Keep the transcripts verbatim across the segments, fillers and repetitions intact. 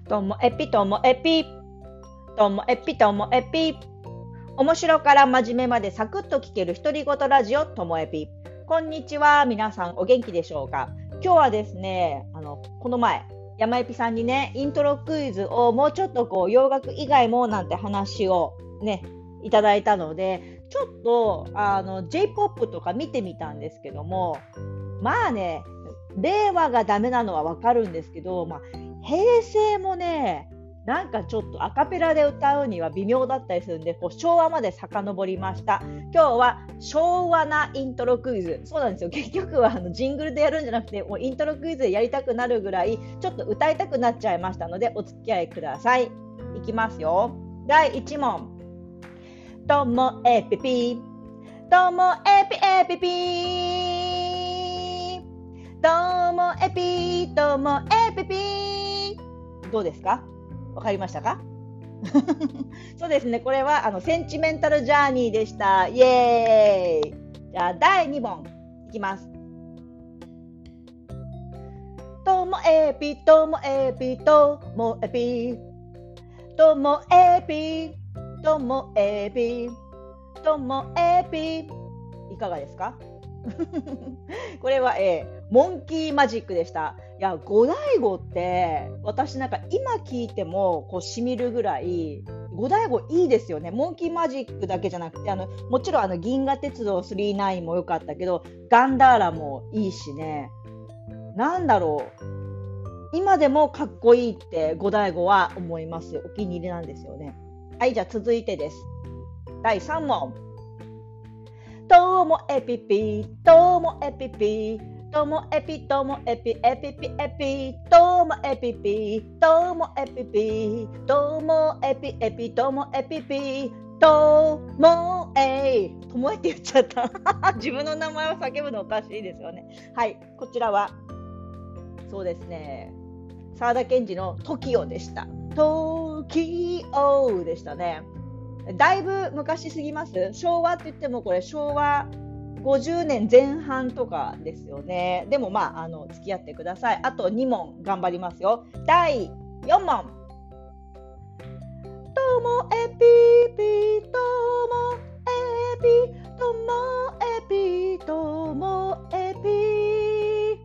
ともえぴともえぴともえぴともえぴ面白から真面目までサクッと聞ける独り言ラジオともえぴ。こんにちは、皆さんお元気でしょうか。今日はですね、あのこの前山えぴさんにねイントロクイズをもうちょっとこう洋楽以外もなんて話をねいただいたので、ちょっとあの J-ポップ とか見てみたんですけども、まあね令和がダメなのはわかるんですけど、まあ、平成もねなんかちょっとアカペラで歌うには微妙だったりするんで、こう昭和まで遡りました。今日は昭和なイントロクイズ。そうなんですよ、結局はあのジングルでやるんじゃなくて、もうイントロクイズでやりたくなるぐらいちょっと歌いたくなっちゃいましたので、お付き合いください。いきますよ。だいいち問。ともえぴぴともえぴえぴぴともえぴともえぴぴ。どうですか？わかりましたか？そうですね、これはあのセンチメンタルジャーニーでした。イエーイ。じゃあだいに問いきます。ともえぴともえぴともえぴともえぴともえぴともえぴ、いかがですか？これは、えー、モンキーマジックでした。いや、五醍醐って私なんか今聞いてもこうしみるぐらい五醍醐いいですよね。モンキーマジックだけじゃなくて、あのもちろんあの銀河鉄道スリーナインも良かったけど、ガンダーラもいいしね。なんだろう、今でもかっこいいって五醍醐は思います。お気に入りなんですよね。はい、じゃあ続いてです。だいさん問。ともえぴぴともえぴぴともえぴともえぴえぴぴえぴともえぴぴともえぴぴともえぴえぴともえぴぴともえともえって言っちゃった自分の名前を叫ぶのおかしいですよね。はい、こちらはそうですね、沢田研二の トキオ でした。 トキオ でしたね。だいぶ昔すぎます。昭和って言ってもこれ昭和ごじゅうねんぜん半とかですよね。でもまあ、あの付き合ってください。あとに問頑張りますよ。だいよん問。ともえぴぴともえぴともえぴともえぴ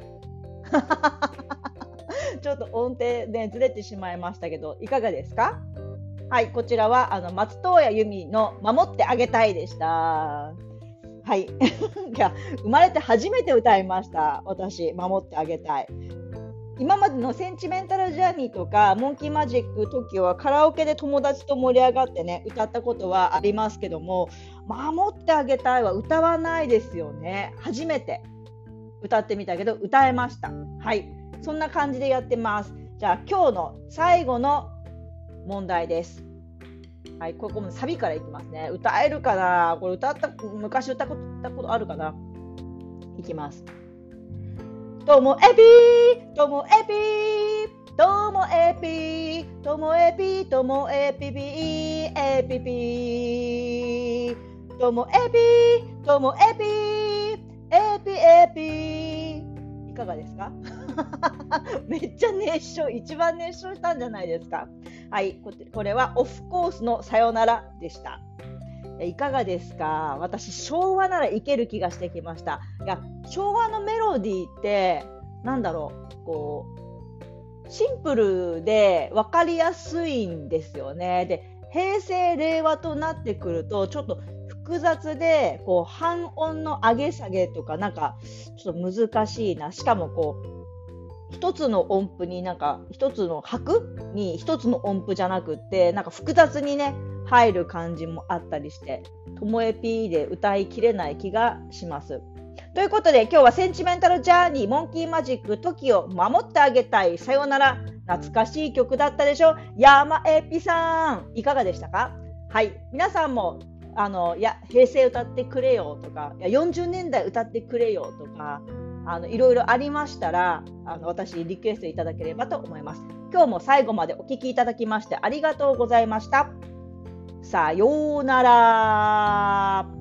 ちょっと音程ねずれてしまいましたけど、いかがですか？はい、こちらはあの松任谷由実の守ってあげたいでした。はい。いや、生まれて初めて歌いました。私、守ってあげたい。今までのセンチメンタルジャーニーとかモンキーマジック時はカラオケで友達と盛り上がってね歌ったことはありますけども、守ってあげたいは歌わないですよね。初めて歌ってみたけど歌えました。はい、そんな感じでやってます。じゃあ今日の最後の問題です。はい、ここもサビからいきますね。歌えるかな？これ歌った昔歌ったことあるかな？いきます。ともえぴーともえぴーともえぴーともえぴーともえぴぴーえぴぴーともえぴーともえぴーえぴえぴー、いかがですか？めっちゃ熱唱、一番熱唱したんじゃないですか？はい、これはオフコースのさよならでした。いかがですか？私昭和ならいける気がしてきました。いや、昭和のメロディーってなんだろう、こうシンプルで分かりやすいんですよね。で、平成令和となってくるとちょっと複雑でこう半音の上げ下げとかなんかちょっと難しいな。しかもこう一つの音符になんか一つの拍に一つの音符じゃなくってなんか複雑にね入る感じもあったりして、ともえぴーで歌いきれない気がします。ということで今日はセンチメンタルジャーニーモンキーマジック時を守ってあげたいさよなら、懐かしい曲だったでしょ。山えぴさんいかがでしたか？はい、皆さんもあのいや平成歌ってくれよとか、いやよんじゅうねんだい歌ってくれよとか、あのいろいろありましたらあの私リクエストいただければと思います。今日も最後までお聞きいただきましてありがとうございました。さようなら。